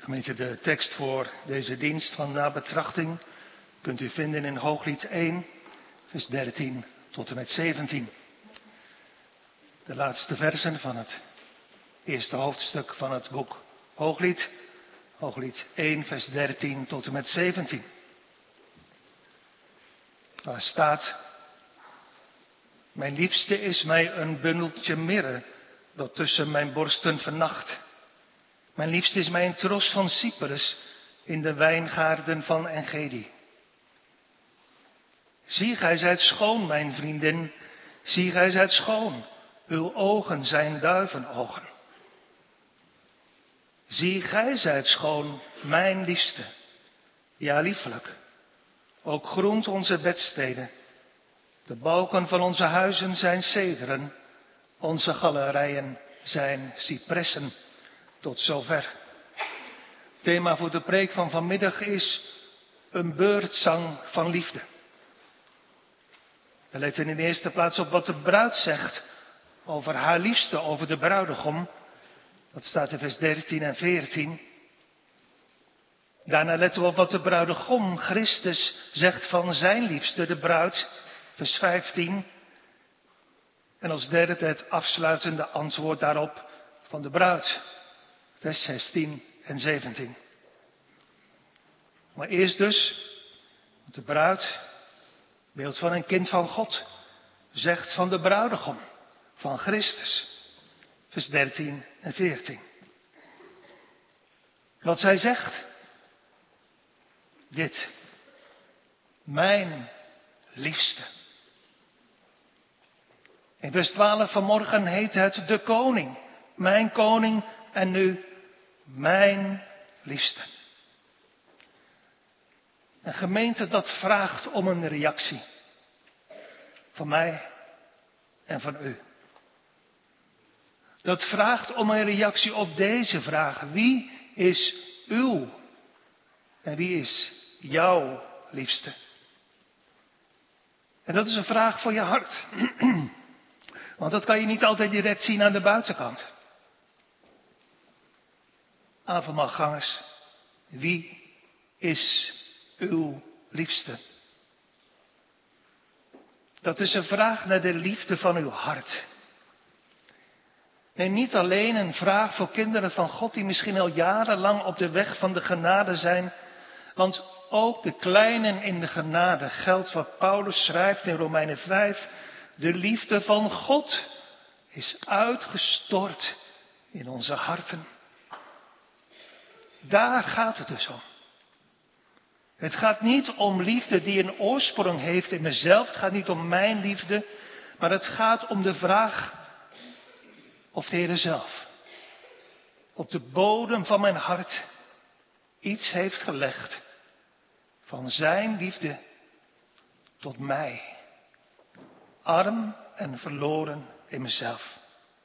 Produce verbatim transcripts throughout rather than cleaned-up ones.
Gemeente, de tekst voor deze dienst van nabetrachting kunt u vinden in Hooglied één, vers dertien tot en met zeventien. De laatste versen van het eerste hoofdstuk van het boek Hooglied. Hooglied één, vers dertien tot en met zeventien. Waar staat: Mijn liefste is mij een bundeltje mirre dat tussen mijn borsten vernacht. Mijn liefste is mij een tros van Cyprus in de wijngaarden van Engedi. Zie, gij zijt schoon, mijn vriendin, zie, gij zijt schoon, uw ogen zijn duivenogen. Zie, gij zijt schoon, mijn liefste, ja liefelijk, ook groent onze bedsteden. De balken van onze huizen zijn cederen, onze galerijen zijn cipressen. Tot zover. Thema voor de preek van vanmiddag is een beurtzang van liefde. We letten in de eerste plaats op wat de bruid zegt over haar liefste, over de bruidegom. Dat staat in vers dertien en veertien. Daarna letten we op wat de bruidegom, Christus, zegt van zijn liefste, de bruid, vers vijftien. En als derde het afsluitende antwoord daarop van de bruid, vers zestien en zeventien. Maar eerst dus, de bruid, beeld van een kind van God, zegt van de bruidegom, van Christus, vers dertien en veertien. Wat zij zegt, dit, mijn liefste. In vers twaalf vanmorgen heet het de koning, mijn koning en nu mijn liefste. Een gemeente dat vraagt om een reactie. Van mij en van u. Dat vraagt om een reactie op deze vraag. Wie is uw en wie is jouw liefste? En dat is een vraag voor je hart. Want dat kan je niet altijd direct zien aan de buitenkant. Avondmaalgangers, wie is uw liefste? Dat is een vraag naar de liefde van uw hart. Nee, niet alleen een vraag voor kinderen van God die misschien al jarenlang op de weg van de genade zijn. Want ook de kleinen in de genade geldt wat Paulus schrijft in Romeinen vijf. De liefde van God is uitgestort in onze harten. Daar gaat het dus om. Het gaat niet om liefde die een oorsprong heeft in mezelf. Het gaat niet om mijn liefde. Maar het gaat om de vraag of de Heer zelf op de bodem van mijn hart iets heeft gelegd van zijn liefde tot mij. Arm en verloren in mezelf.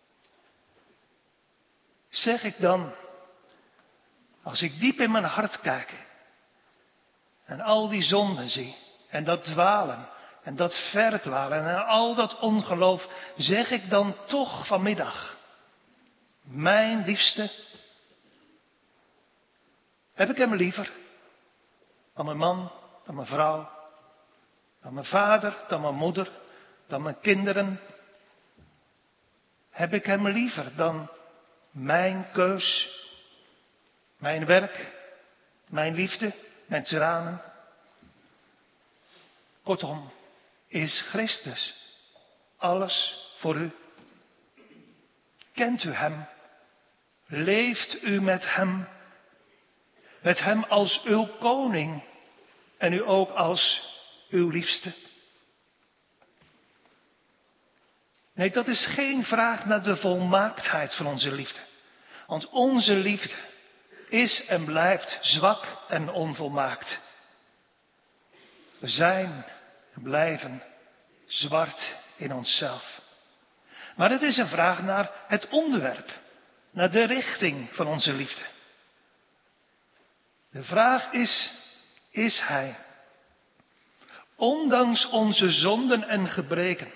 Zeg ik dan, als ik diep in mijn hart kijk en al die zonden zie en dat dwalen en dat verdwalen en al dat ongeloof, zeg ik dan toch vanmiddag, mijn liefste, heb ik hem liever dan mijn man, dan mijn vrouw, dan mijn vader, dan mijn moeder, dan mijn kinderen? Heb ik hem liever dan mijn keus, mijn werk, mijn liefde, mijn tranen? Kortom, is Christus alles voor u? Kent u hem? Leeft u met hem? Met hem als uw koning en u ook als uw liefste? Nee, dat is geen vraag naar de volmaaktheid van onze liefde. Want onze liefde is en blijft zwak en onvolmaakt. We zijn en blijven zwart in onszelf. Maar het is een vraag naar het onderwerp, naar de richting van onze liefde. De vraag is, is hij, ondanks onze zonden en gebreken,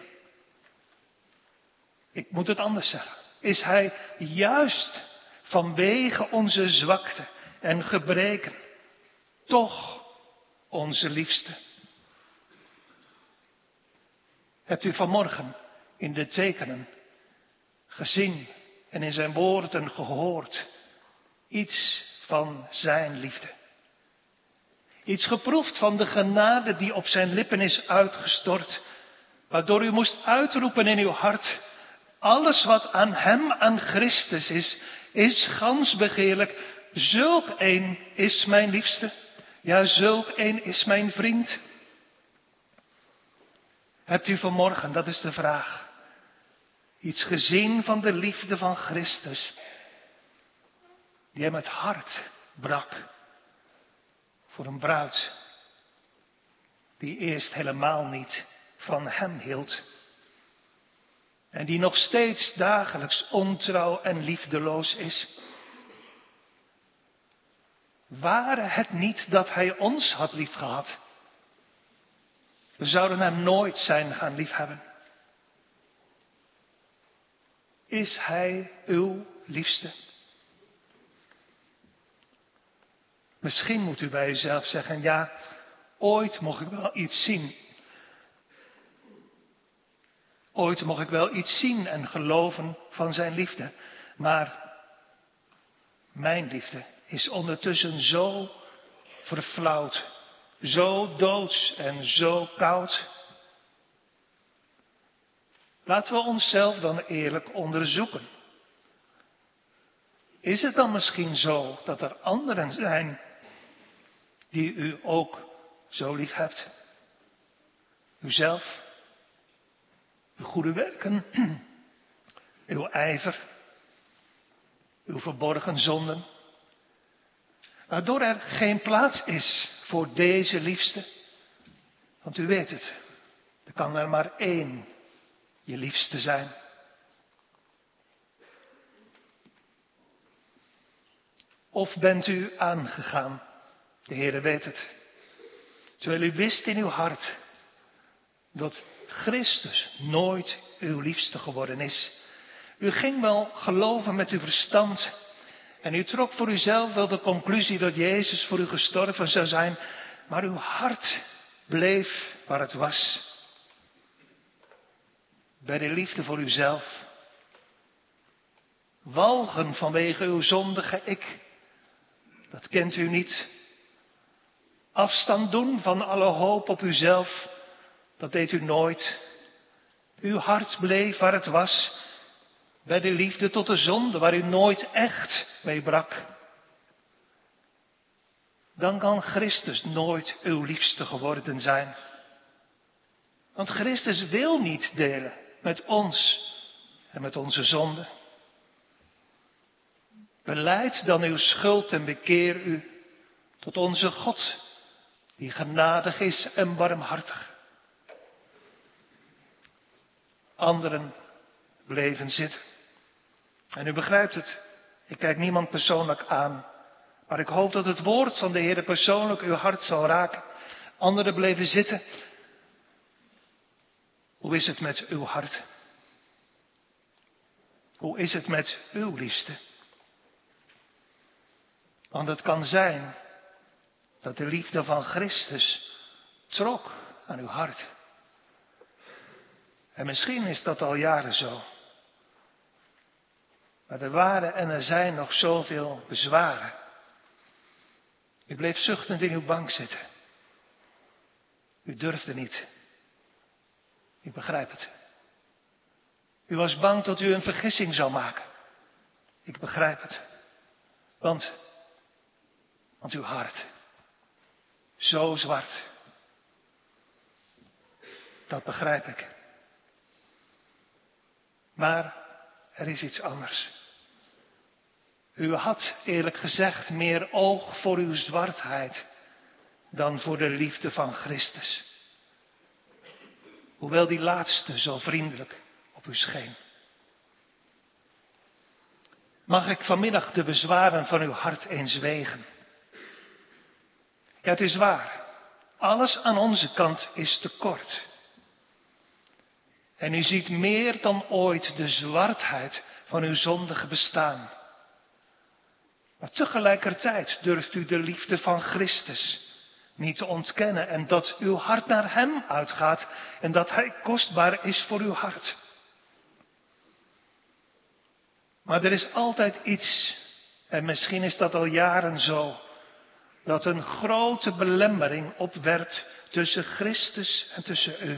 ik moet het anders zeggen, is hij juist vanwege onze zwakte en gebreken. Toch onze liefste. Hebt u vanmorgen in de tekenen gezien en in zijn woorden gehoord iets van zijn liefde? Iets geproefd van de genade die op zijn lippen is uitgestort, waardoor u moest uitroepen in uw hart: alles wat aan hem, aan Christus is, is gans begeerlijk. Zulk een is mijn liefste. Ja, zulk een is mijn vriend. Hebt u vanmorgen, dat is de vraag, iets gezien van de liefde van Christus, die hem het hart brak voor een bruid die eerst helemaal niet van hem hield en die nog steeds dagelijks ontrouw en liefdeloos is? Ware het niet dat hij ons had liefgehad, we zouden hem nooit zijn gaan liefhebben. Is hij uw liefste? Misschien moet u bij uzelf zeggen: ja, ooit mocht ik wel iets zien. Ooit mocht ik wel iets zien en geloven van zijn liefde. Maar mijn liefde is ondertussen zo verflauwd, zo doods en zo koud. Laten we onszelf dan eerlijk onderzoeken. Is het dan misschien zo dat er anderen zijn die u ook zo lief hebt? Uzelf, uw goede werken, uw ijver, uw verborgen zonden, waardoor er geen plaats is voor deze liefste. Want u weet het, er kan er maar één je liefste zijn. Of bent u aangegaan, de Heere weet het, terwijl u wist in uw hart dat Christus nooit uw liefste geworden is. U ging wel geloven met uw verstand en u trok voor uzelf wel de conclusie dat Jezus voor u gestorven zou zijn, maar uw hart bleef waar het was. Bij de liefde voor uzelf. Walgen vanwege uw zondige ik. Dat kent u niet. Afstand doen van alle hoop op uzelf. Dat deed u nooit. Uw hart bleef waar het was. Bij de liefde tot de zonde waar u nooit echt mee brak. Dan kan Christus nooit uw liefste geworden zijn. Want Christus wil niet delen met ons en met onze zonde. Belijd dan uw schuld en bekeer u tot onze God, die genadig is en barmhartig. Anderen bleven zitten. En u begrijpt het, ik kijk niemand persoonlijk aan, maar ik hoop dat het woord van de Heer persoonlijk uw hart zal raken. Anderen bleven zitten. Hoe is het met uw hart? Hoe is het met uw liefste? Want het kan zijn dat de liefde van Christus trok aan uw hart. En misschien is dat al jaren zo. Maar er waren en er zijn nog zoveel bezwaren. U bleef zuchtend in uw bank zitten. U durfde niet. Ik begrijp het. U was bang dat u een vergissing zou maken. Ik begrijp het. Want, want uw hart, zo zwart. Dat begrijp ik. Maar er is iets anders. U had eerlijk gezegd meer oog voor uw zwartheid dan voor de liefde van Christus. Hoewel die laatste zo vriendelijk op u scheen. Mag ik vanmiddag de bezwaren van uw hart eens wegen? Ja, het is waar. Alles aan onze kant is tekort. En u ziet meer dan ooit de zwartheid van uw zondige bestaan. Maar tegelijkertijd durft u de liefde van Christus niet te ontkennen. En dat uw hart naar hem uitgaat. En dat hij kostbaar is voor uw hart. Maar er is altijd iets, en misschien is dat al jaren zo, dat een grote belemmering opwerpt tussen Christus en tussen u.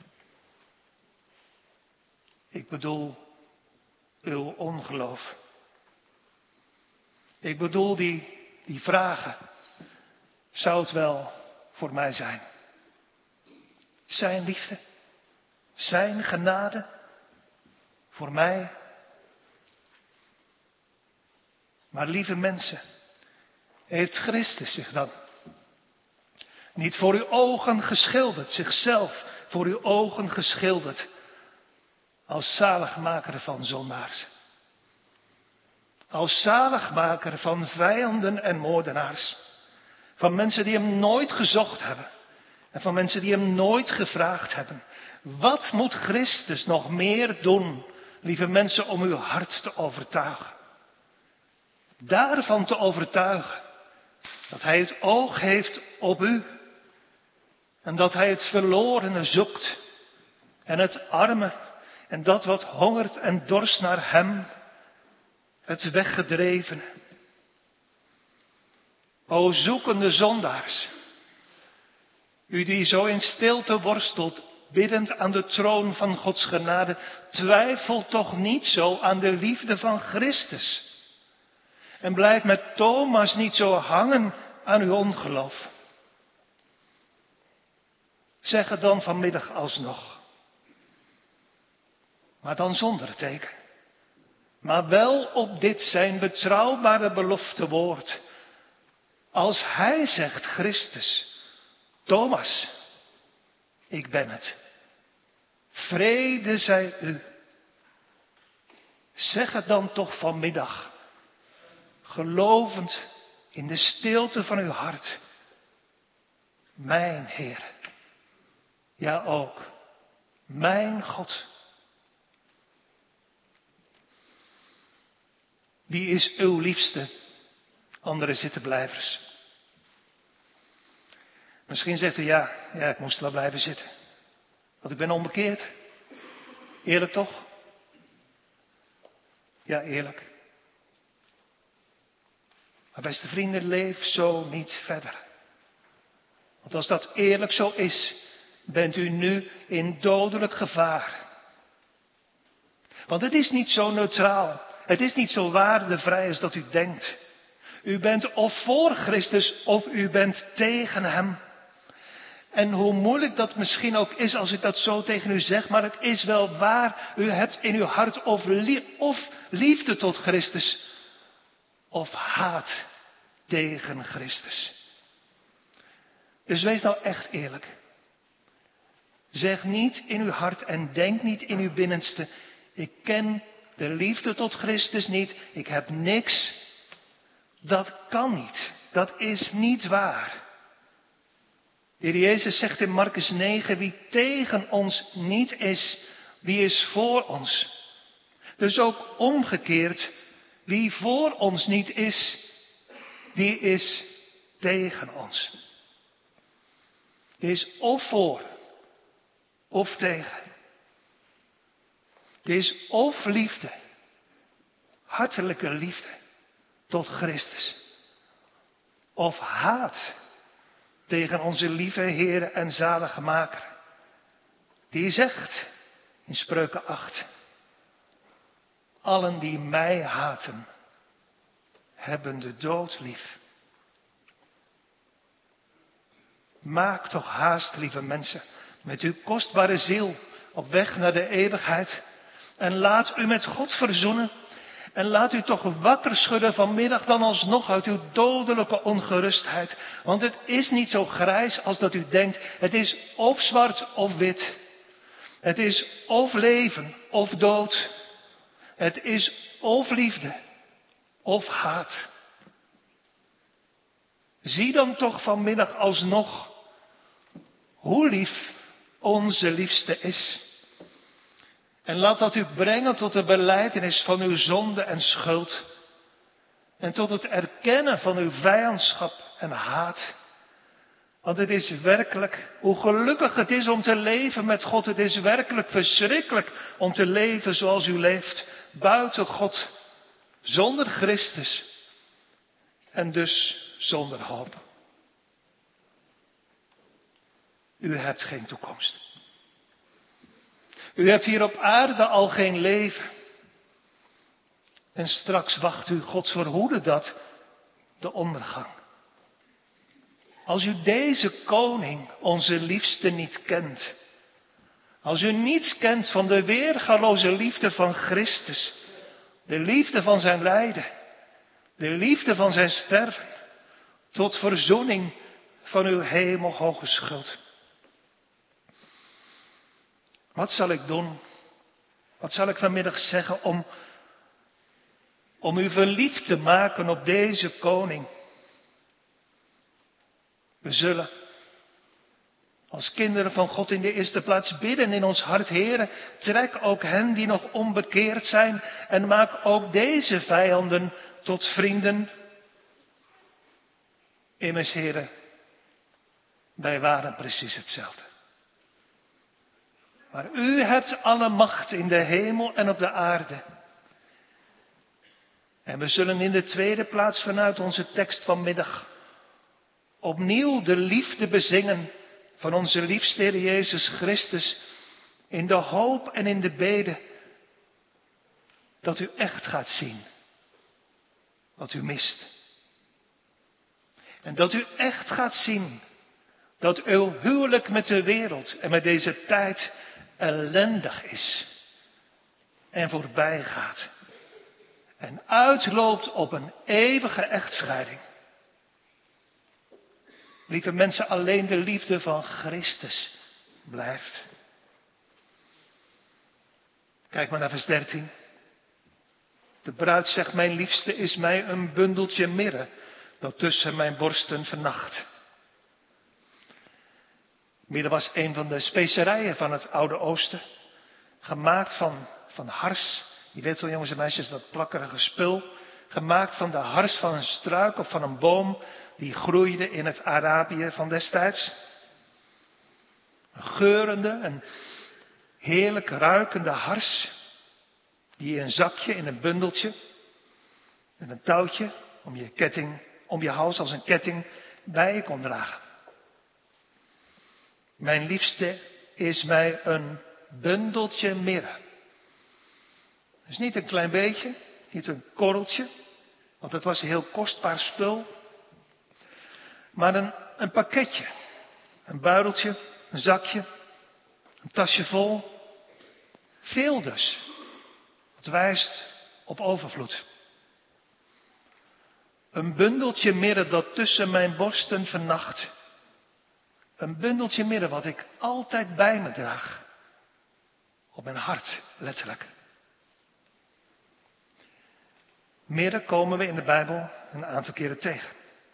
Ik bedoel uw ongeloof. Ik bedoel die, die vragen. Zou het wel voor mij zijn? Zijn liefde? Zijn genade? Voor mij? Maar lieve mensen, heeft Christus zich dan niet voor uw ogen geschilderd, zichzelf voor uw ogen geschilderd, als zaligmaker van zondaars? Als zaligmaker van vijanden en moordenaars. Van mensen die hem nooit gezocht hebben. En van mensen die hem nooit gevraagd hebben. Wat moet Christus nog meer doen, lieve mensen, om uw hart te overtuigen? Daarvan te overtuigen dat hij het oog heeft op u. En dat hij het verlorene zoekt. En het arme. En dat wat hongert en dorst naar hem. Het weggedreven. O zoekende zondaars. U die zo in stilte worstelt, biddend aan de troon van Gods genade, twijfelt toch niet zo aan de liefde van Christus. En blijf met Thomas niet zo hangen aan uw ongeloof. Zeg het dan vanmiddag alsnog. Maar dan zonder teken. Maar wel op dit zijn betrouwbare belofte woord. Als hij zegt, Christus, Thomas, ik ben het. Vrede zij u. Zeg het dan toch vanmiddag, gelovend in de stilte van uw hart. Mijn Heer, ja ook, mijn God. Wie is uw liefste? Andere zittenblijvers. Misschien zegt u ja, ja, ik moest wel blijven zitten. Want ik ben onbekeerd. Eerlijk toch? Ja, eerlijk. Maar beste vrienden, leef zo niet verder. Want als dat eerlijk zo is, bent u nu in dodelijk gevaar. Want het is niet zo neutraal. Het is niet zo waardevrij als dat u denkt. U bent of voor Christus of u bent tegen hem. En hoe moeilijk dat misschien ook is als ik dat zo tegen u zeg, maar het is wel waar. U hebt in uw hart of, lie- of liefde tot Christus of haat tegen Christus. Dus wees nou echt eerlijk. Zeg niet in uw hart en denk niet in uw binnenste, ik ken de liefde tot Christus niet, ik heb niks. Dat kan niet. Dat is niet waar. De Heer Jezus zegt in Marcus negen, wie tegen ons niet is, die is voor ons. Dus ook omgekeerd, wie voor ons niet is, die is tegen ons. Die is of voor, of tegen. Die is of liefde, hartelijke liefde tot Christus. Of haat tegen onze lieve Heer en zalige Maker. Die zegt in Spreuken acht. Allen die mij haten, hebben de dood lief. Maak toch haast, lieve mensen, met uw kostbare ziel op weg naar de eeuwigheid. En laat u met God verzoenen. En laat u toch wakker schudden vanmiddag dan alsnog uit uw dodelijke ongerustheid. Want het is niet zo grijs als dat u denkt. Het is of zwart of wit. Het is of leven of dood. Het is of liefde of haat. Zie dan toch vanmiddag alsnog hoe lief onze liefste is. En laat dat u brengen tot de belijdenis van uw zonde en schuld. En tot het erkennen van uw vijandschap en haat. Want het is werkelijk, hoe gelukkig het is om te leven met God. Het is werkelijk verschrikkelijk om te leven zoals u leeft. Buiten God, zonder Christus. En dus zonder hoop. U hebt geen toekomst. U hebt hier op aarde al geen leven. En straks wacht u, God verhoede dat, de ondergang. Als u deze koning, onze liefste, niet kent. Als u niets kent van de weergaloze liefde van Christus. De liefde van zijn lijden. De liefde van zijn sterven. Tot verzoening van uw hemelhoge schuld. Wat zal ik doen? Wat zal ik vanmiddag zeggen om, om u verliefd te maken op deze koning? We zullen als kinderen van God in de eerste plaats bidden in ons hart. Heere, trek ook hen die nog onbekeerd zijn en maak ook deze vijanden tot vrienden. Immers, Heere, wij waren precies hetzelfde. Maar u hebt alle macht in de hemel en op de aarde. En we zullen in de tweede plaats vanuit onze tekst vanmiddag opnieuw de liefde bezingen van onze liefste Heer Jezus Christus. In de hoop en in de bede dat u echt gaat zien wat u mist. En dat u echt gaat zien dat uw huwelijk met de wereld en met deze tijd ellendig is en voorbij gaat en uitloopt op een eeuwige echtscheiding. Lieve mensen, alleen de liefde van Christus blijft. Kijk maar naar vers dertien. De bruid zegt, mijn liefste is mij een bundeltje mirre dat tussen mijn borsten vernacht. Mirre was een van de specerijen van het Oude Oosten. Gemaakt van, van hars. Je weet wel, jongens en meisjes, dat plakkerige spul. Gemaakt van de hars van een struik of van een boom die groeide in het Arabië van destijds. Een geurende, een heerlijk ruikende hars. Die in een zakje, in een bundeltje, met een touwtje om je ketting, om je hals als een ketting bij je kon dragen. Mijn liefste is mij een bundeltje mirre. Dus niet een klein beetje, niet een korreltje, want het was een heel kostbaar spul. Maar een, een pakketje, een buideltje, een zakje, een tasje vol. Veel dus. Het wijst op overvloed. Een bundeltje mirre dat tussen mijn borsten vernacht. Een bundeltje mirre wat ik altijd bij me draag. Op mijn hart, letterlijk. Mirre komen we in de Bijbel een aantal keren tegen.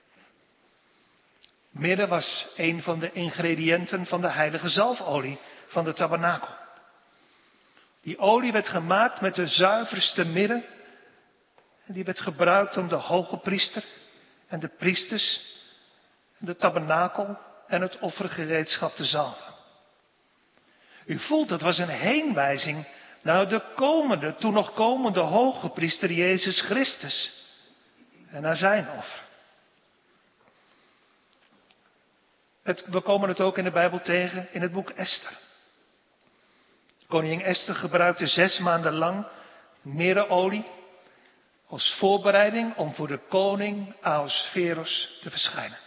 Mirre was een van de ingrediënten van de heilige zalfolie van de tabernakel. Die olie werd gemaakt met de zuiverste mirre. En die werd gebruikt om de hoge priester en de priesters, en de tabernakel en het offergereedschap te zalven. U voelt, dat was een heenwijzing naar de komende, toen nog komende hoge priester Jezus Christus. En naar zijn offer. Het, we komen het ook in de Bijbel tegen in het boek Esther. Koningin Esther gebruikte zes maanden lang mirreolie als voorbereiding om voor de koning Ahasveros te verschijnen.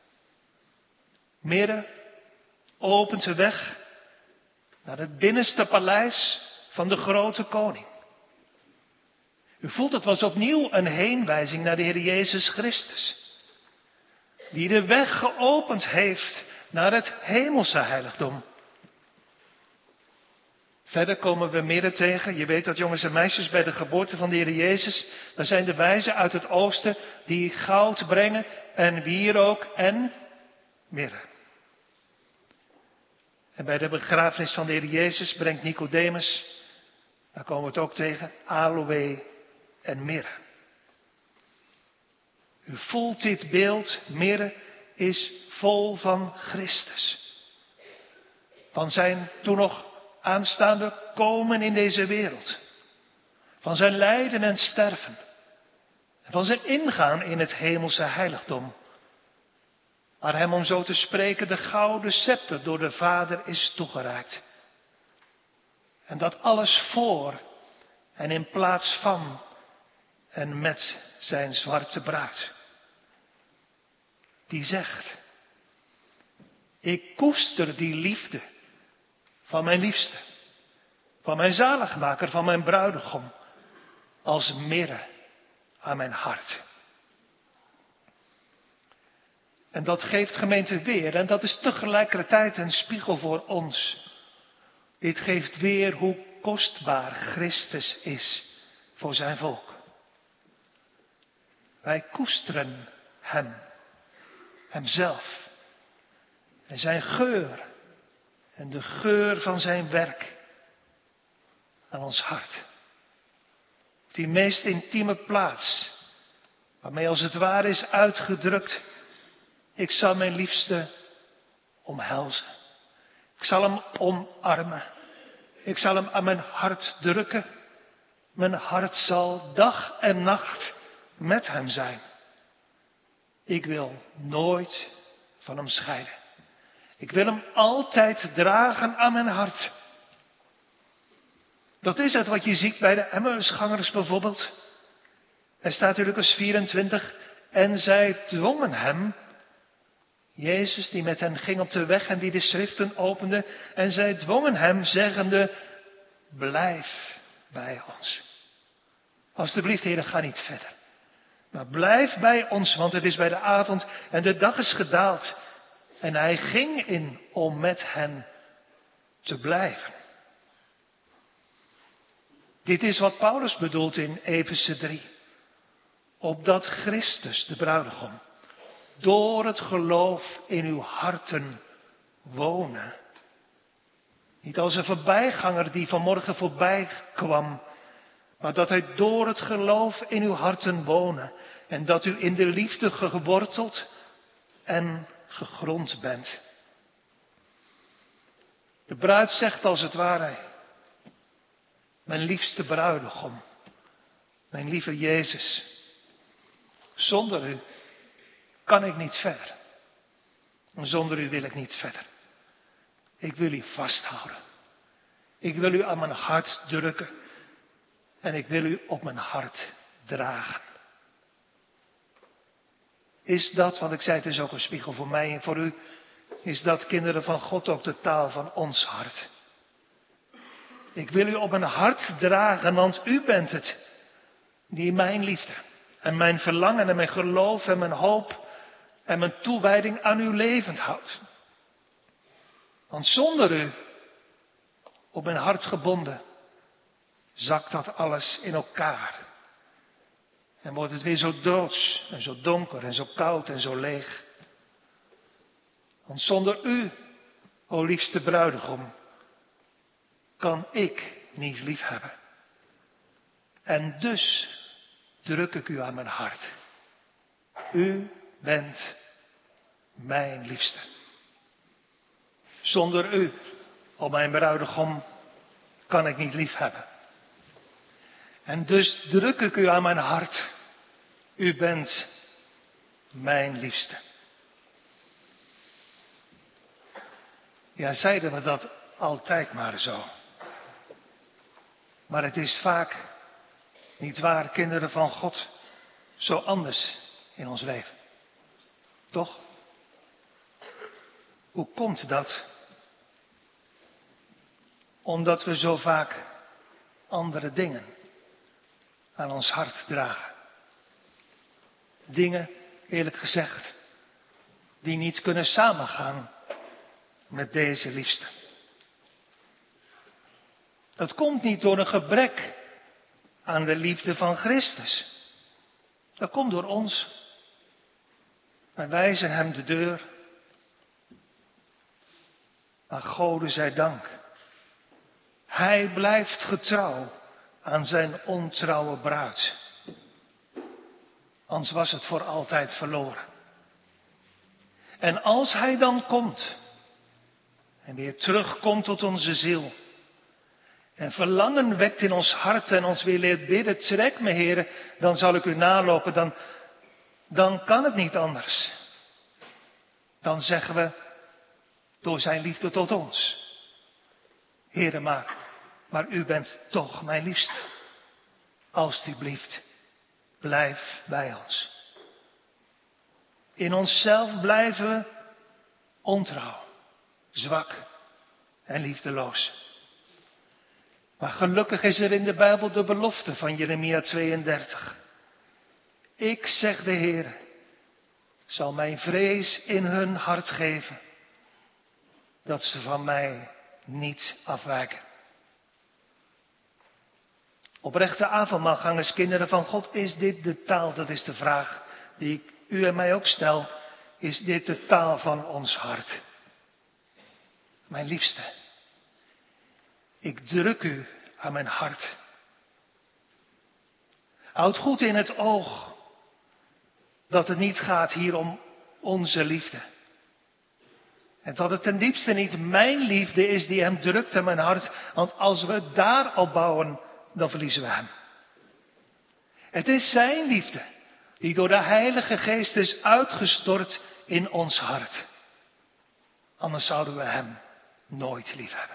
Mirre opent de weg naar het binnenste paleis van de grote koning. U voelt, het was opnieuw een heenwijzing naar de Heer Jezus Christus. Die de weg geopend heeft naar het hemelse heiligdom. Verder komen we mirre tegen. Je weet dat, jongens en meisjes, bij de geboorte van de Heer Jezus, daar zijn de wijzen uit het oosten die goud brengen en wierook en mirre. En bij de begrafenis van de Heer Jezus brengt Nicodemus, daar komen we het ook tegen, aloë en mirre. U voelt dit beeld, mirre is vol van Christus. Van zijn toen nog aanstaande komen in deze wereld. Van zijn lijden en sterven. En van zijn ingaan in het hemelse heiligdom. Waar hem, om zo te spreken, de gouden scepter door de Vader is toegereikt. En dat alles voor en in plaats van en met zijn zwarte bruid. Die zegt, ik koester die liefde van mijn liefste, van mijn zaligmaker, van mijn bruidegom, als mirre aan mijn hart. En dat geeft gemeente weer, en dat is tegelijkertijd een spiegel voor ons. Dit geeft weer hoe kostbaar Christus is voor zijn volk. Wij koesteren hem, hemzelf, en zijn geur, en de geur van zijn werk aan ons hart. Op die meest intieme plaats, waarmee als het ware is uitgedrukt, ik zal mijn liefste omhelzen. Ik zal hem omarmen. Ik zal hem aan mijn hart drukken. Mijn hart zal dag en nacht met hem zijn. Ik wil nooit van hem scheiden. Ik wil hem altijd dragen aan mijn hart. Dat is het wat je ziet bij de Emmausgangers bijvoorbeeld. Er staat in Lucas vierentwintig, en zij dwongen hem, Jezus die met hen ging op de weg en die de schriften opende, en zij dwongen hem zeggende, blijf bij ons. Alsjeblieft, Heer, ga niet verder. Maar blijf bij ons, want het is bij de avond en de dag is gedaald. En hij ging in om met hen te blijven. Dit is wat Paulus bedoelt in Efeze drie. Opdat Christus, de bruidegom, door het geloof in uw harten wonen. Niet als een voorbijganger die vanmorgen voorbij kwam, maar dat hij door het geloof in uw harten wonen. En dat u in de liefde geworteld en gegrond bent. De bruid zegt als het ware, mijn liefste bruidegom, mijn lieve Jezus, zonder u kan ik niet verder. En zonder u wil ik niet verder. Ik wil u vasthouden. Ik wil u aan mijn hart drukken. En ik wil u op mijn hart dragen. Is dat, want ik zei het is ook een spiegel voor mij en voor u. Is dat, kinderen van God, ook de taal van ons hart. Ik wil u op mijn hart dragen, want u bent het. Die mijn liefde en mijn verlangen en mijn geloof en mijn hoop en mijn toewijding aan u levend houdt. Want zonder u, op mijn hart gebonden, zakt dat alles in elkaar. En wordt het weer zo doods en zo donker en zo koud en zo leeg. Want zonder u, o liefste bruidegom, kan ik niet lief hebben. En dus druk ik u aan mijn hart. U bent mijn liefste. Zonder u, o mijn bruidegom, kan ik niet lief hebben. En dus druk ik u aan mijn hart. U bent mijn liefste. Ja, zeiden we dat altijd maar zo. Maar het is vaak, niet waar, kinderen van God, zo anders in ons leven. Toch? Hoe komt dat? Omdat we zo vaak andere dingen aan ons hart dragen. Dingen, eerlijk gezegd, die niet kunnen samengaan met deze liefste. Dat komt niet door een gebrek aan de liefde van Christus. Dat komt door ons. Wij wijzen hem de deur. Maar Gode zij dank. Hij blijft getrouw aan zijn ontrouwe bruid. Anders was het voor altijd verloren. En als hij dan komt en weer terugkomt tot onze ziel en verlangen wekt in ons hart en ons weer leert bidden, trek me Heere, dan zal ik u nalopen, dan, dan kan het niet anders. Dan zeggen we door zijn liefde tot ons: Heere, maar, maar u bent toch mijn liefste. Alsjeblieft, blijf bij ons. In onszelf blijven we ontrouw, zwak en liefdeloos. Maar gelukkig is er in de Bijbel de belofte van Jeremia tweeëndertig. Ik, zeg de Heer, zal mijn vrees in hun hart geven, dat ze van mij niet afwijken. Oprechte avondmaalgangers, kinderen van God, is dit de taal? Dat is de vraag die ik u en mij ook stel. Is dit de taal van ons hart? Mijn liefste, ik druk u aan mijn hart. Houd goed in het oog dat het niet gaat hier om onze liefde. En dat het ten diepste niet mijn liefde is die hem drukt aan mijn hart. Want als we daar al bouwen, dan verliezen we hem. Het is zijn liefde die door de Heilige Geest is uitgestort in ons hart. Anders zouden we hem nooit lief hebben.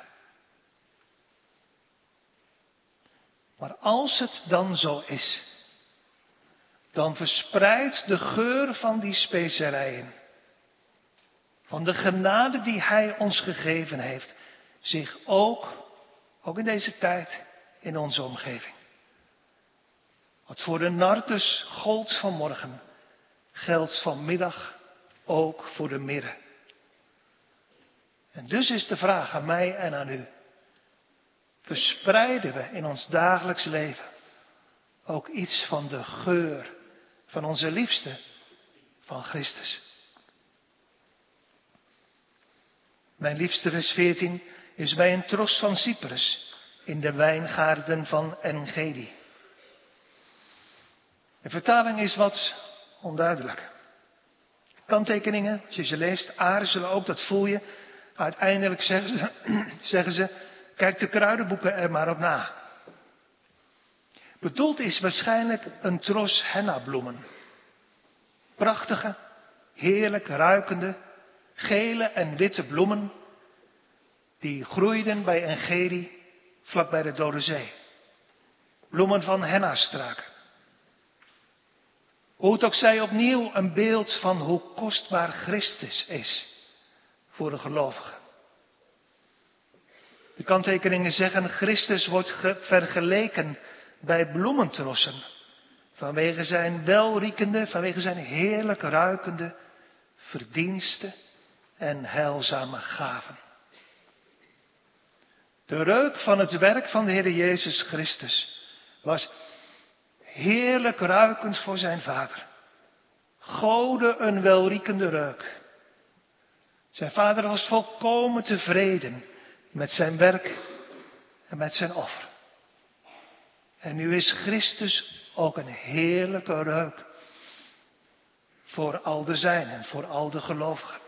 Maar als het dan zo is, dan verspreidt de geur van die specerijen, van de genade die hij ons gegeven heeft, zich ook, ook in deze tijd, in onze omgeving. Wat voor de nartus gold vanmorgen, geldt vanmiddag ook voor de mirre. En dus is de vraag aan mij en aan u: verspreiden we in ons dagelijks leven ook iets van de geur van onze liefste, van Christus? Mijn liefste, vers veertien, is bij een tros van Cyprus in de wijngaarden van Engedi. De vertaling is wat onduidelijk. Kanttekeningen, als je ze leest, aarzelen ook, dat voel je. Uiteindelijk zeggen ze, zeggen ze, kijk de kruidenboeken er maar op na. Bedoeld is waarschijnlijk een tros hennabloemen. Prachtige, heerlijk ruikende, gele en witte bloemen die groeiden bij Engedi, vlak bij de Dode Zee. Bloemen van hennastraken. Hoe het ook zij, opnieuw een beeld van hoe kostbaar Christus is voor de gelovigen. De kanttekeningen zeggen: Christus wordt vergeleken bij bloementrossen vanwege zijn welriekende, vanwege zijn heerlijk ruikende verdiensten en heilzame gaven. De reuk van het werk van de Heer Jezus Christus was heerlijk ruikend voor zijn Vader. Gode een welriekende reuk. Zijn Vader was volkomen tevreden met zijn werk en met zijn offer. En nu is Christus ook een heerlijke reuk voor al de zijnen, voor al de gelovigen.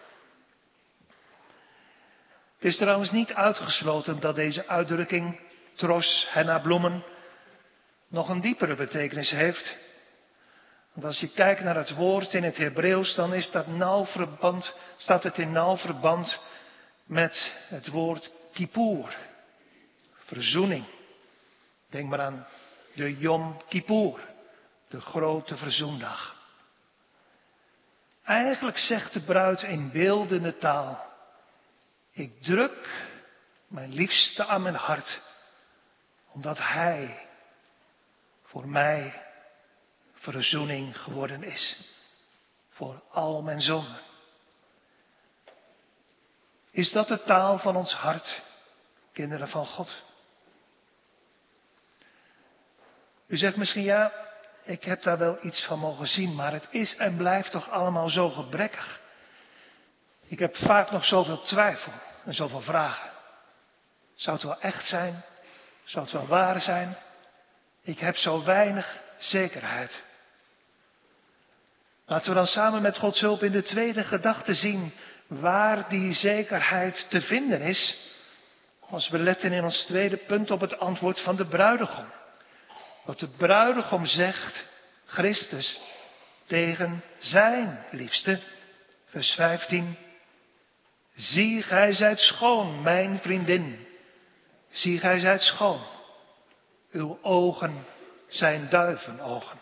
Het is trouwens niet uitgesloten dat deze uitdrukking, tros, hennabloemen, nog een diepere betekenis heeft. Want als je kijkt naar het woord in het Hebreeuws, dan is dat nauw verband, staat het in nauw verband met het woord Kippur, verzoening. Denk maar aan de Yom Kippur, de grote verzoendag. Eigenlijk zegt de bruid in beeldende taal: ik druk mijn liefste aan mijn hart, omdat hij voor mij verzoening geworden is. Voor al mijn zonden. Is dat de taal van ons hart, kinderen van God? U zegt misschien: ja, ik heb daar wel iets van mogen zien, maar het is en blijft toch allemaal zo gebrekkig. Ik heb vaak nog zoveel twijfel en zoveel vragen. Zou het wel echt zijn? Zou het wel waar zijn? Ik heb zo weinig zekerheid. Laten we dan samen met Gods hulp in de tweede gedachte zien waar die zekerheid te vinden is. Als we letten in ons tweede punt op het antwoord van de bruidegom. Wat de bruidegom zegt, Christus, tegen zijn liefste. Vers vijftien. Zie, gij zijt schoon, mijn vriendin. Zie, gij zijt schoon. Uw ogen zijn duivenogen.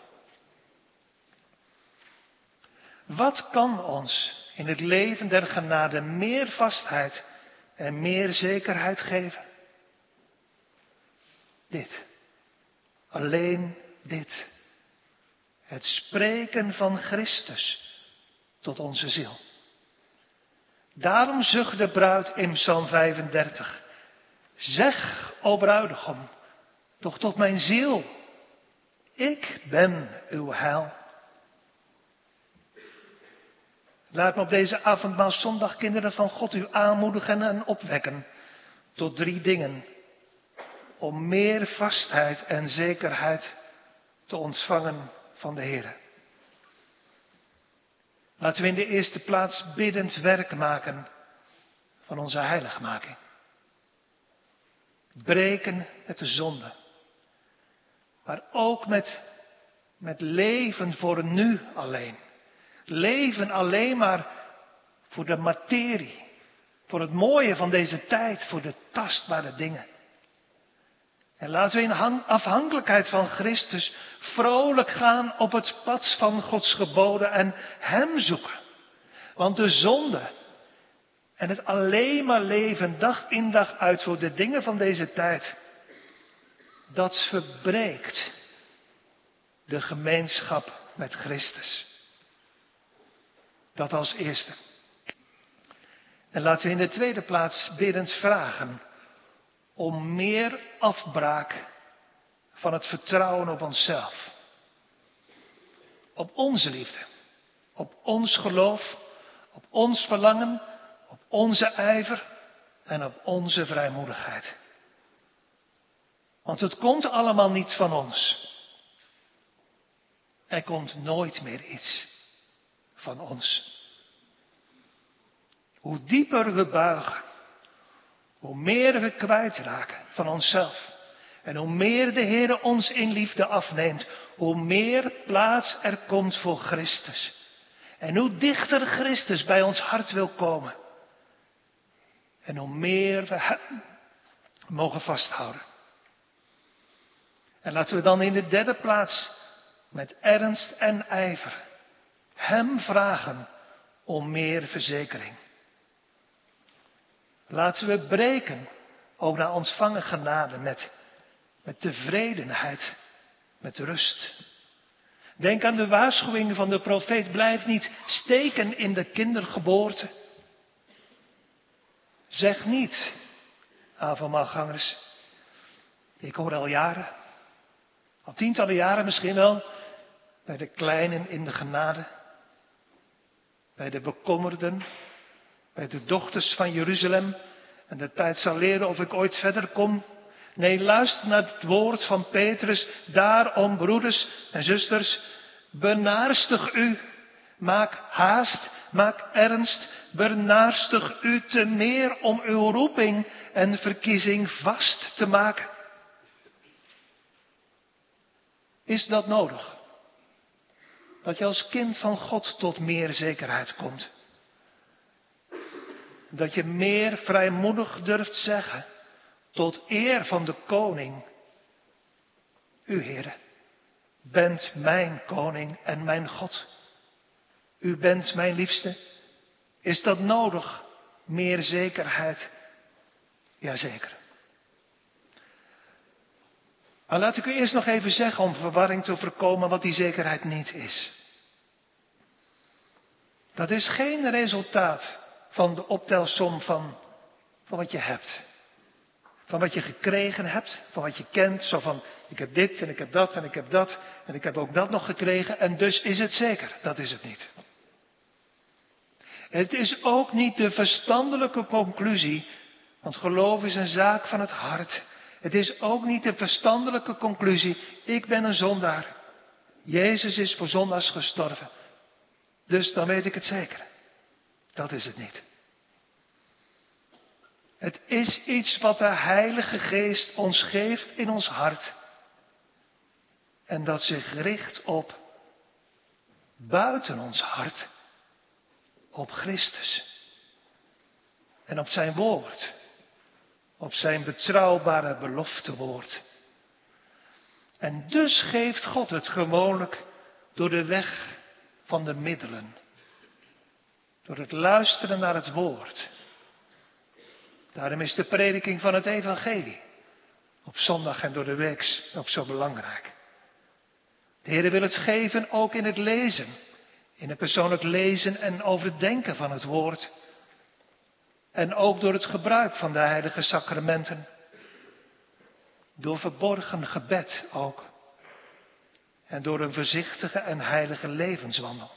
Wat kan ons in het leven der genade meer vastheid en meer zekerheid geven? Dit. Alleen dit. Het spreken van Christus tot onze ziel. Daarom zucht de bruid in Psalm vijfendertig. Zeg, o bruidegom, toch tot mijn ziel. Ik ben uw heil. Laat me op deze avondmaalzondag, kinderen van God, u aanmoedigen en opwekken tot drie dingen. Om meer vastheid en zekerheid te ontvangen van de Heer. Laten we in de eerste plaats biddend werk maken van onze heiligmaking. Breken met de zonde. Maar ook met, met leven voor nu alleen. Leven alleen maar voor de materie. Voor het mooie van deze tijd. Voor de tastbare dingen. En laten we in afhankelijkheid van Christus vrolijk gaan op het pad van Gods geboden en Hem zoeken. Want de zonde en het alleen maar leven dag in dag uit voor de dingen van deze tijd, dat verbreekt de gemeenschap met Christus. Dat als eerste. En laten we in de tweede plaats biddend vragen om meer afbraak van het vertrouwen op onszelf. Op onze liefde. Op ons geloof. Op ons verlangen. Op onze ijver. En op onze vrijmoedigheid. Want het komt allemaal niet van ons. Er komt nooit meer iets van ons. Hoe dieper we buigen, hoe meer we kwijtraken van onszelf. En hoe meer de Heer ons in liefde afneemt, hoe meer plaats er komt voor Christus. En hoe dichter Christus bij ons hart wil komen. En hoe meer we Hem mogen vasthouden. En laten we dan in de derde plaats met ernst en ijver Hem vragen om meer verzekering. Laten we breken, ook naar ontvangen genade, met, met tevredenheid, met rust. Denk aan de waarschuwing van de profeet, blijf niet steken in de kindergeboorte. Zeg niet, avondmaalgangers, ik hoor al jaren, al tientallen jaren misschien wel, bij de kleinen in de genade, bij de bekommerden, bij de dochters van Jeruzalem. En de tijd zal leren of ik ooit verder kom. Nee, luister naar het woord van Petrus. Daarom, broeders en zusters, benaarstig u. Maak haast, maak ernst. Benaarstig u te meer om uw roeping en verkiezing vast te maken. Is dat nodig? Dat je als kind van God tot meer zekerheid komt. Dat je meer vrijmoedig durft zeggen, tot eer van de koning. U, Heere, bent mijn koning en mijn God. U bent mijn liefste. Is dat nodig? Meer zekerheid? Jazeker. Maar laat ik u eerst nog even zeggen om verwarring te voorkomen wat die zekerheid niet is. Dat is geen resultaat van de optelsom van, van wat je hebt. Van wat je gekregen hebt, van wat je kent. Zo van, ik heb dit en ik heb dat en ik heb dat en ik heb ook dat nog gekregen en dus is het zeker. Dat is het niet. Het is ook niet de verstandelijke conclusie, want geloof is een zaak van het hart. Het is ook niet de verstandelijke conclusie, ik ben een zondaar. Jezus is voor zondaars gestorven. Dus dan weet ik het zeker. Dat is het niet. Het is iets wat de Heilige Geest ons geeft in ons hart. En dat zich richt op buiten ons hart. Op Christus. En op zijn woord. Op zijn betrouwbare beloftewoord. En dus geeft God het gewoonlijk door de weg van de middelen. Door het luisteren naar het woord. Daarom is de prediking van het evangelie op zondag en door de week ook zo belangrijk. De Heer wil het geven ook in het lezen. In het persoonlijk lezen en overdenken van het woord. En ook door het gebruik van de heilige sacramenten. Door verborgen gebed ook. En door een voorzichtige en heilige levenswandel.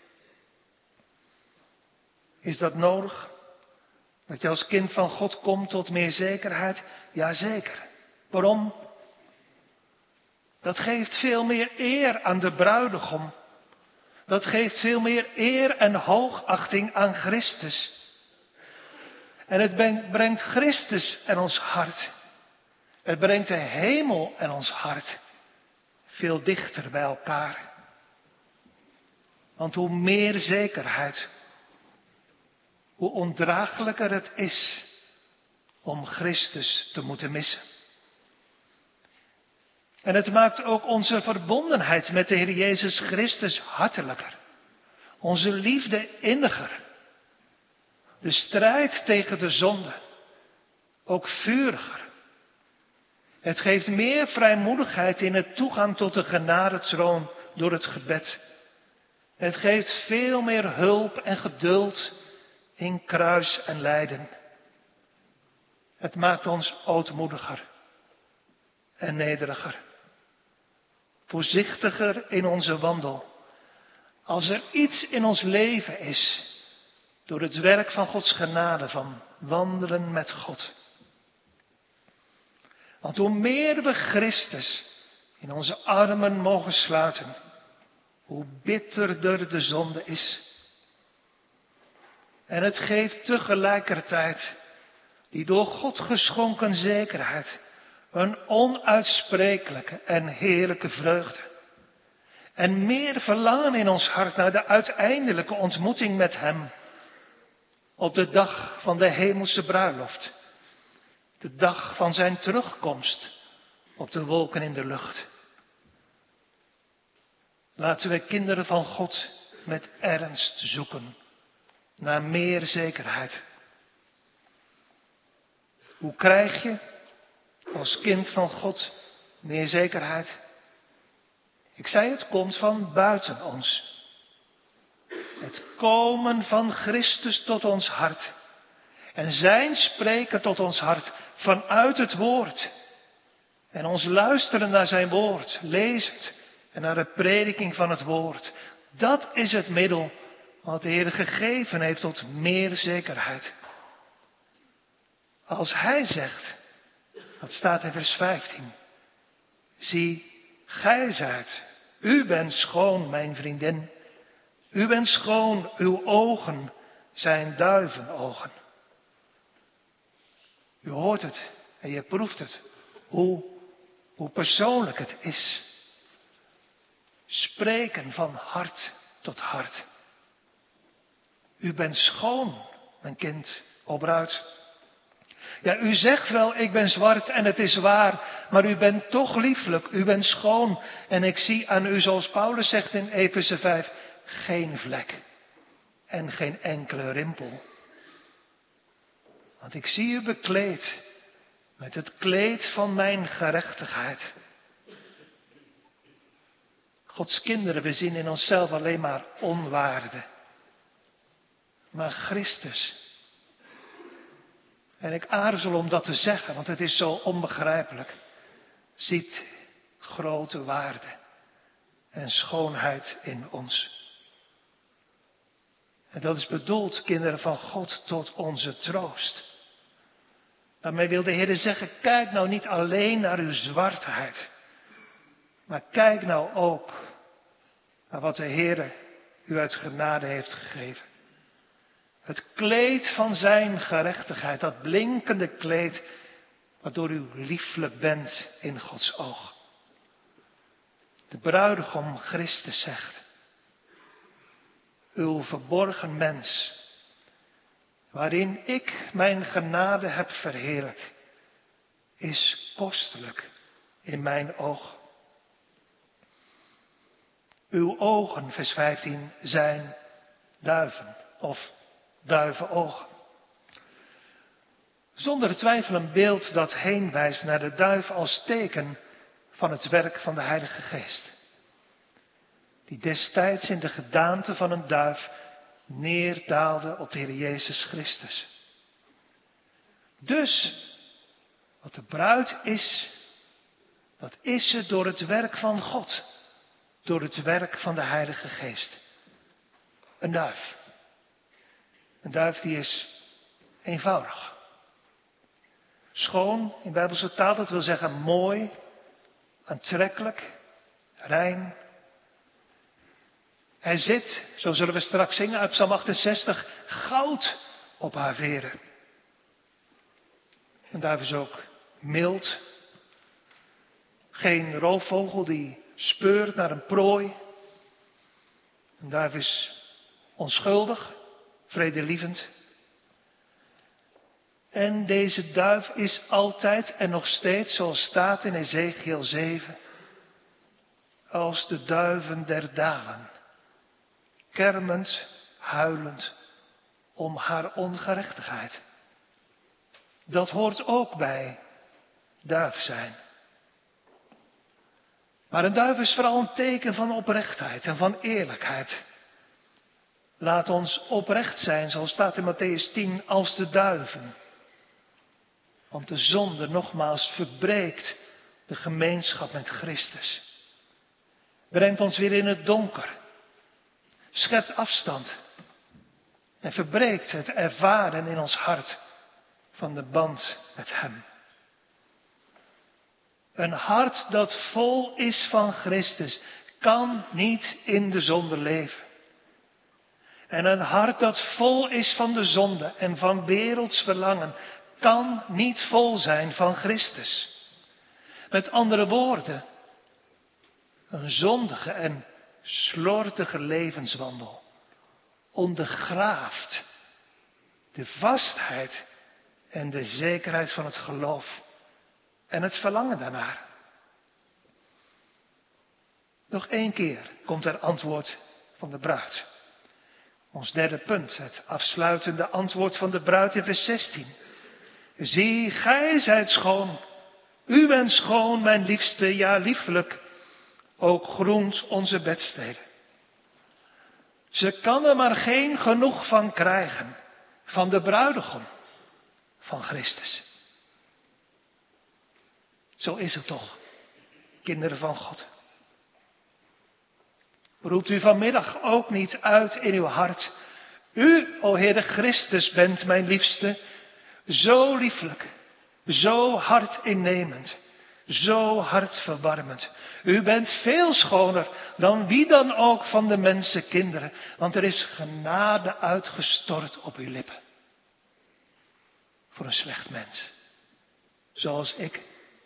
Is dat nodig? Dat je als kind van God komt tot meer zekerheid? Jazeker. Waarom? Dat geeft veel meer eer aan de bruidegom. Dat geeft veel meer eer en hoogachting aan Christus. En het brengt Christus en ons hart. Het brengt de hemel en ons hart veel dichter bij elkaar. Want hoe meer zekerheid, hoe ondraaglijker het is om Christus te moeten missen. En het maakt ook onze verbondenheid met de Heer Jezus Christus hartelijker. Onze liefde inniger. De strijd tegen de zonde ook vuriger. Het geeft meer vrijmoedigheid in het toegaan tot de genadetroon door het gebed. Het geeft veel meer hulp en geduld in kruis en lijden. Het maakt ons ootmoediger en nederiger. Voorzichtiger in onze wandel. Als er iets in ons leven is, door het werk van Gods genade, van wandelen met God. Want hoe meer we Christus in onze armen mogen sluiten, hoe bitterder de zonde is. En het geeft tegelijkertijd die door God geschonken zekerheid een onuitsprekelijke en heerlijke vreugde. En meer verlangen in ons hart naar de uiteindelijke ontmoeting met Hem. Op de dag van de hemelse bruiloft. De dag van zijn terugkomst op de wolken in de lucht. Laten we kinderen van God met ernst zoeken naar meer zekerheid. Hoe krijg je als kind van God meer zekerheid? Ik zei, het komt van buiten ons. Het komen van Christus tot ons hart. En zijn spreken tot ons hart vanuit het woord. En ons luisteren naar zijn woord, lezend en naar de prediking van het woord. Dat is het middel wat de Heer gegeven heeft tot meer zekerheid. Als hij zegt, dat staat in vers vijftien. Zie, gij zijt, u bent schoon, mijn vriendin. U bent schoon, uw ogen zijn duivenogen. U hoort het en je proeft het. Hoe, hoe persoonlijk het is. Spreken van hart tot hart. U bent schoon, mijn kind, o bruid. Ja, u zegt wel, ik ben zwart en het is waar, maar u bent toch lieflijk, u bent schoon. En ik zie aan u, zoals Paulus zegt in Efeze vijf, geen vlek en geen enkele rimpel. Want ik zie u bekleed met het kleed van mijn gerechtigheid. Gods kinderen, we zien in onszelf alleen maar onwaarde. Maar Christus. En ik aarzel om dat te zeggen, want het is zo onbegrijpelijk. Ziet grote waarde en schoonheid in ons. En dat is bedoeld, kinderen van God, tot onze troost. Daarmee wil de Heer zeggen, kijk nou niet alleen naar uw zwartheid. Maar kijk nou ook naar wat de Heer u uit genade heeft gegeven. Het kleed van zijn gerechtigheid, dat blinkende kleed, waardoor u lieflijk bent in Gods oog. De bruidegom Christus zegt, uw verborgen mens, waarin ik mijn genade heb verheerlijkt, is kostelijk in mijn oog. Uw ogen, vers vijftien, zijn duiven of duivenogen. Zonder twijfel een beeld dat heen wijst naar de duif als teken van het werk van de Heilige Geest. Die destijds in de gedaante van een duif neerdaalde op de Heer Jezus Christus. Dus, wat de bruid is, dat is ze door het werk van God. Door het werk van de Heilige Geest. Een duif. Een duif die is eenvoudig. Schoon, in Bijbelse taal, dat wil zeggen mooi, aantrekkelijk, rein. Hij zit, zo zullen we straks zingen uit Psalm achtenzestig, goud op haar veren. Een duif is ook mild. Geen roofvogel die speurt naar een prooi. Een duif is onschuldig, vredelievend. En deze duif is altijd en nog steeds, zoals staat in Ezekiel zeven, als de duiven der dalen, kermend, huilend om haar ongerechtigheid. Dat hoort ook bij duif zijn. Maar een duif is vooral een teken van oprechtheid en van eerlijkheid. Laat ons oprecht zijn, zoals staat in Matthäus tien, als de duiven. Want de zonde, nogmaals, verbreekt de gemeenschap met Christus. Brengt ons weer in het donker. Schept afstand. En verbreekt het ervaren in ons hart van de band met Hem. Een hart dat vol is van Christus kan niet in de zonde leven. En een hart dat vol is van de zonde en van werelds verlangen kan niet vol zijn van Christus. Met andere woorden, een zondige en slordige levenswandel ondergraaft de vastheid en de zekerheid van het geloof en het verlangen daarnaar. Nog één keer komt er antwoord van de bruid. Ons derde punt, het afsluitende antwoord van de bruid in vers zestien. Zie, gij zijt schoon, u bent schoon, mijn liefste, ja lieflijk, ook groent onze bedsteden. Ze kan er maar geen genoeg van krijgen, van de bruidegom, van Christus. Zo is het toch, kinderen van God. Roept u vanmiddag ook niet uit in uw hart. U, o Heere Christus, bent mijn liefste, zo lieflijk, zo hartinnemend, zo hartverwarmend. U bent veel schoner dan wie dan ook van de mensenkinderen, want er is genade uitgestort op uw lippen. Voor een slecht mens, zoals ik.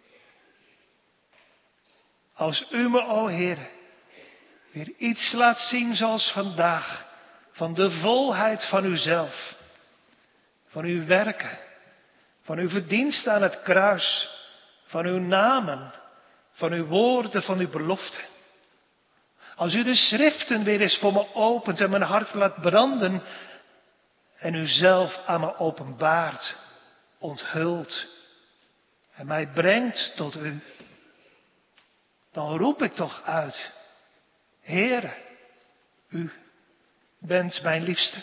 Als u me, o Heere, weer iets laat zien zoals vandaag, van de volheid van uzelf, van uw werken, van uw verdiensten aan het kruis, van uw namen, van uw woorden, van uw beloften. Als u de schriften weer eens voor me opent en mijn hart laat branden en uzelf aan me openbaart, onthult en mij brengt tot u, dan roep ik toch uit, Heere, u bent mijn liefste.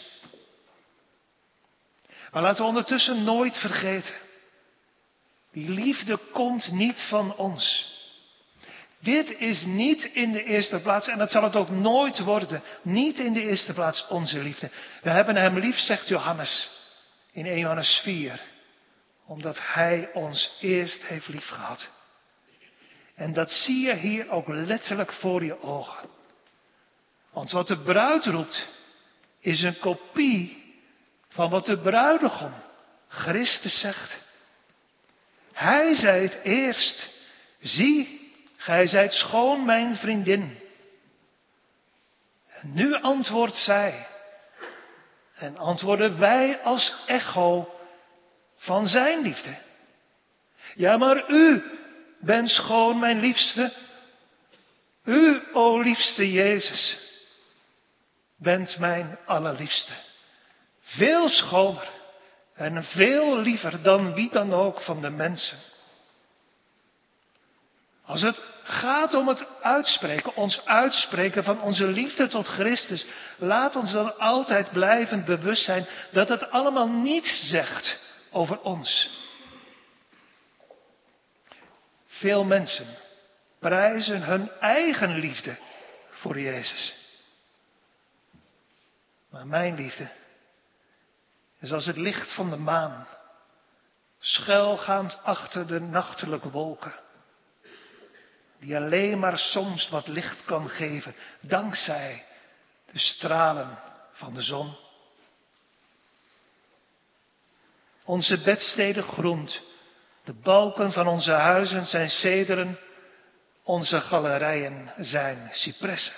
Maar laten we ondertussen nooit vergeten, die liefde komt niet van ons. Dit is niet in de eerste plaats, en dat zal het ook nooit worden, niet in de eerste plaats onze liefde. We hebben hem lief, zegt Johannes in eerste Johannes vier, omdat hij ons eerst heeft liefgehad. En dat zie je hier ook letterlijk voor je ogen. Want wat de bruid roept, is een kopie van wat de bruidegom, Christus, zegt. Hij zei het eerst, zie, gij zijt schoon mijn vriendin. En nu antwoordt zij, en antwoorden wij als echo van zijn liefde. Ja, maar u bent schoon mijn liefste. U, o liefste Jezus, bent mijn allerliefste. Veel schoner en veel liever dan wie dan ook van de mensen. Als het gaat om het uitspreken, ons uitspreken van onze liefde tot Christus, laat ons dan altijd blijvend bewust zijn dat het allemaal niets zegt over ons. Veel mensen prijzen hun eigen liefde voor Jezus. Maar mijn liefde is als het licht van de maan, schuilgaand achter de nachtelijke wolken, die alleen maar soms wat licht kan geven, dankzij de stralen van de zon. Onze bedsteden groent, de balken van onze huizen zijn cederen, onze galerijen zijn cipressen.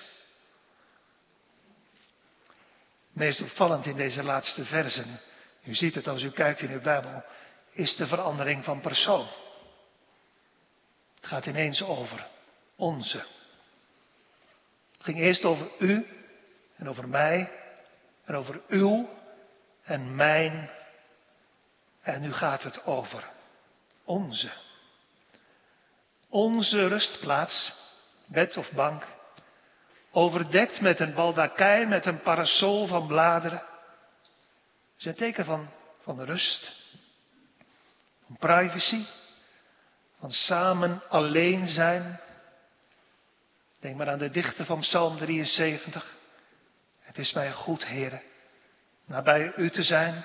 Meest opvallend in deze laatste versen, u ziet het als u kijkt in uw Bijbel, is de verandering van persoon. Het gaat ineens over onze. Het ging eerst over u en over mij en over uw en mijn. En nu gaat het over onze. Onze rustplaats, bed of bank, overdekt met een baldakijn, met een parasol van bladeren, is een teken van, van rust, van privacy, van samen alleen zijn. Denk maar aan de dichter van Psalm drieënzeventig. Het is mij goed, Heere, nabij u te zijn.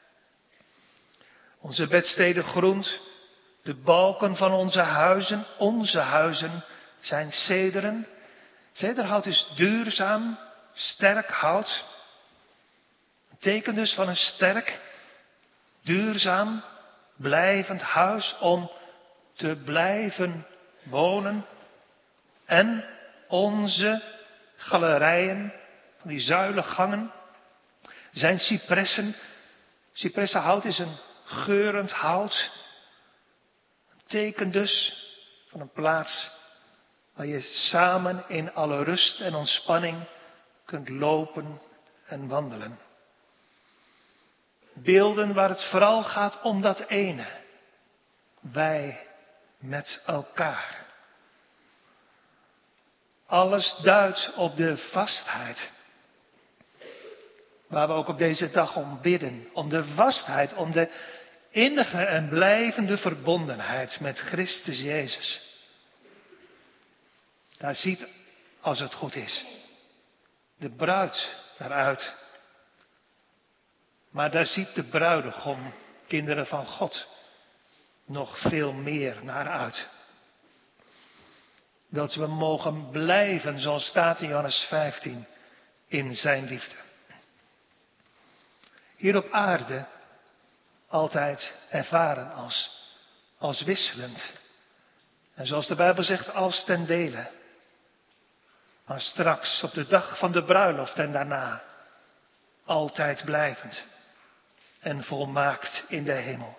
Onze bedsteden groent, de balken van onze huizen, onze huizen, zijn cederen. Cederhout is duurzaam, sterk hout. Een teken dus van een sterk, duurzaam, blijvend huis om te blijven wonen. En onze galerijen, van die zuilengangen, zijn cipressen. Cipressenhout is een geurend hout. Een teken dus van een plaats waar je samen in alle rust en ontspanning kunt lopen en wandelen. Beelden waar het vooral gaat om dat ene. Wij met elkaar. Alles duidt op de vastheid. Waar we ook op deze dag om bidden. Om de vastheid, om de innige en blijvende verbondenheid met Christus Jezus. Daar ziet, als het goed is, de bruid naar uit. Maar daar ziet de bruidegom, kinderen van God, nog veel meer naar uit. Dat we mogen blijven, zoals staat in Johannes vijftien, in zijn liefde. Hier op aarde altijd ervaren als, als wisselend. En zoals de Bijbel zegt, als ten dele. Maar straks, op de dag van de bruiloft en daarna, altijd blijvend en volmaakt in de hemel.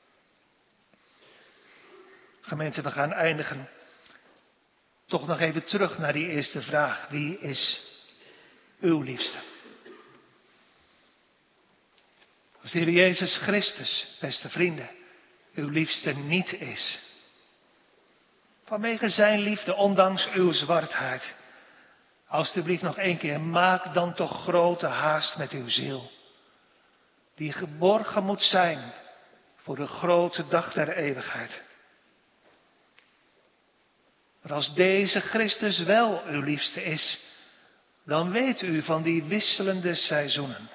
Gemeente, we gaan eindigen. Toch nog even terug naar die eerste vraag. Wie is uw liefste? Als de Heer Jezus Christus, beste vrienden, uw liefste niet is. Vanwege zijn liefde, ondanks uw zwartheid. Alsjeblieft nog één keer, maak dan toch grote haast met uw ziel. Die geborgen moet zijn voor de grote dag der eeuwigheid. Maar als deze Christus wel uw liefste is, dan weet u van die wisselende seizoenen.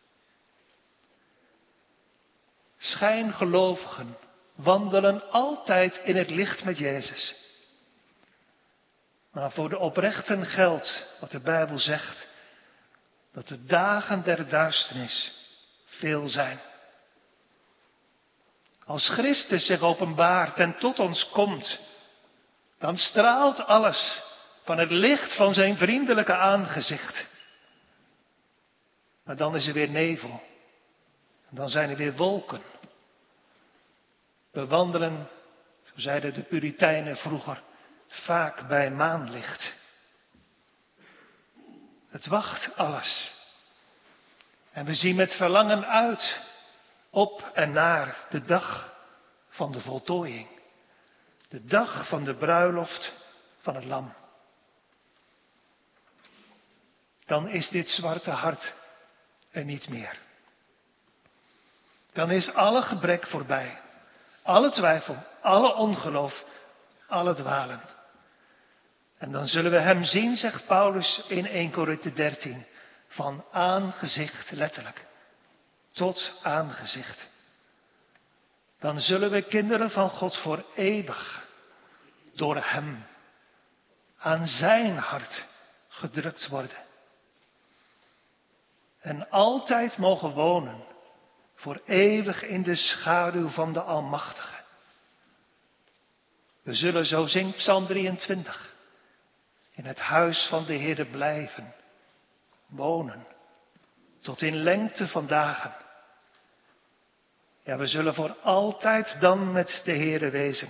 Schijngelovigen wandelen altijd in het licht met Jezus. Maar voor de oprechten geldt wat de Bijbel zegt. dat de dagen der duisternis veel zijn. Als Christus zich openbaart en tot ons komt, dan straalt alles van het licht van zijn vriendelijke aangezicht. Maar dan is er weer nevel. En dan zijn er weer wolken. We wandelen, zo zeiden de Puritijnen vroeger, vaak bij maanlicht. Het wacht alles. En we zien met verlangen uit op en naar de dag van de voltooiing. De dag van de bruiloft van het lam. Dan is dit zwarte hart er niet meer. Dan is alle gebrek voorbij. Alle twijfel, alle ongeloof, alle dwalen. En dan zullen we hem zien, zegt Paulus in eerste Korinthe dertien, van aangezicht letterlijk, tot aangezicht. Dan zullen we kinderen van God voor eeuwig door hem aan zijn hart gedrukt worden. En altijd mogen wonen voor eeuwig in de schaduw van de Almachtige. We zullen, zo zingt Psalm drieëntwintig, in het huis van de Heere blijven, wonen, tot in lengte van dagen. Ja, we zullen voor altijd dan met de Heere wezen.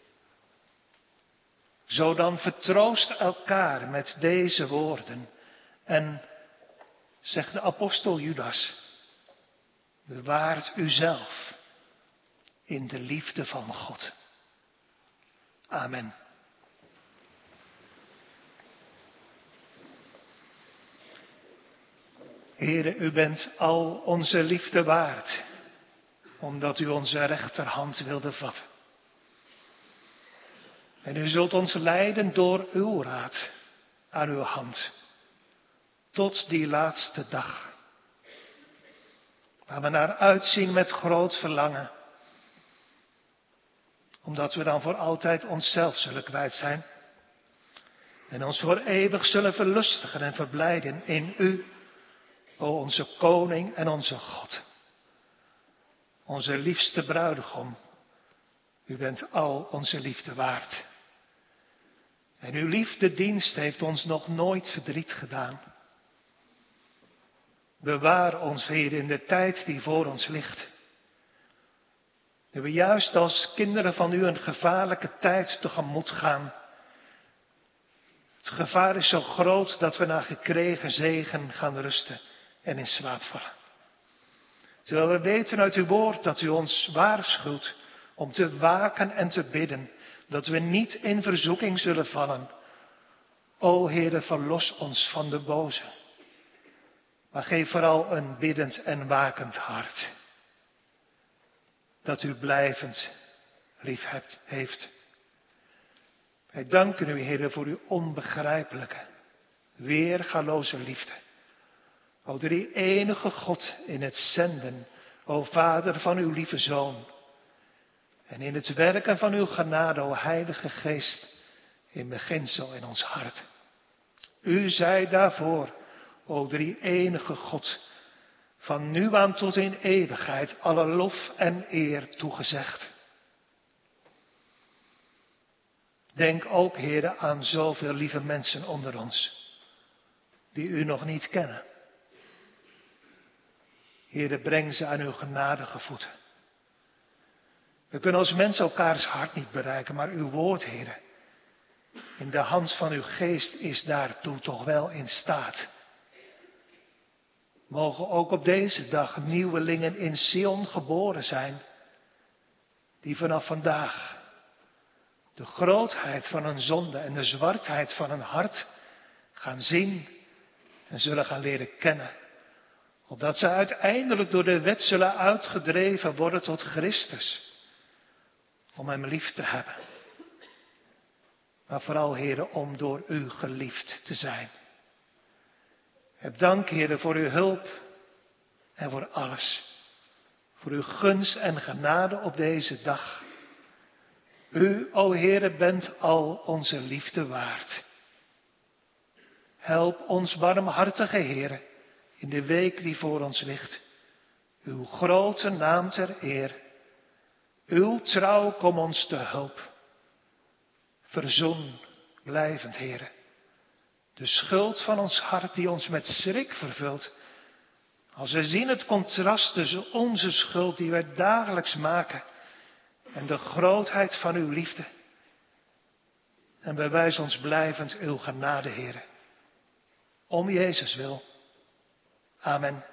Zo dan vertroost elkaar met deze woorden. En, zegt de apostel Judas, bewaart uzelf in de liefde van God. Amen. Heere, u bent al onze liefde waard, omdat u onze rechterhand wilde vatten. En u zult ons leiden door uw raad aan uw hand, tot die laatste dag, waar we naar uitzien met groot verlangen, omdat we dan voor altijd onszelf zullen kwijt zijn en ons voor eeuwig zullen verlustigen en verblijden in u, o onze koning en onze God. Onze liefste bruidegom, u bent al onze liefde waard. En uw liefdedienst heeft ons nog nooit verdriet gedaan. Bewaar ons, Heer, in de tijd die voor ons ligt. Dat we juist als kinderen van u een gevaarlijke tijd tegemoet gaan. Het gevaar is zo groot dat we na gekregen zegen gaan rusten en in slaap vallen. Terwijl we weten uit uw woord dat u ons waarschuwt om te waken en te bidden, dat we niet in verzoeking zullen vallen. O Heere, verlos ons van de boze. Maar geef vooral een biddend en wakend hart. Dat u blijvend lief hebt, heeft. Wij danken u, Heere, voor uw onbegrijpelijke, weergaloze liefde. O drie enige God in het zenden, o Vader van uw lieve Zoon. En in het werken van uw genade, o Heilige Geest, in beginsel in ons hart. U zij daarvoor, o drie enige God, van nu aan tot in eeuwigheid alle lof en eer toegezegd. Denk ook, Heere, aan zoveel lieve mensen onder ons, die u nog niet kennen. Heere, breng ze aan uw genadige voeten. We kunnen als mensen elkaars hart niet bereiken, maar uw woord, Heere, in de hand van uw geest is daartoe toch wel in staat. Mogen ook op deze dag nieuwelingen in Sion geboren zijn, die vanaf vandaag de grootheid van een zonde en de zwartheid van een hart gaan zien en zullen gaan leren kennen. Opdat ze uiteindelijk door de wet zullen uitgedreven worden tot Christus. Om hem lief te hebben. Maar vooral, Heere, om door u geliefd te zijn. Heb dank, Heere, voor uw hulp en voor alles. Voor uw gunst en genade op deze dag. U, o Heere, bent al onze liefde waard. Help ons barmhartige Heere in de week die voor ons ligt. Uw grote naam ter eer. Uw trouw kom ons te hulp. Verzoen, blijvend Heere, de schuld van ons hart die ons met schrik vervult. Als we zien het contrast tussen onze schuld die wij dagelijks maken en de grootheid van uw liefde. En bewijs ons blijvend uw genade, Heere. Om Jezus wil. Amen.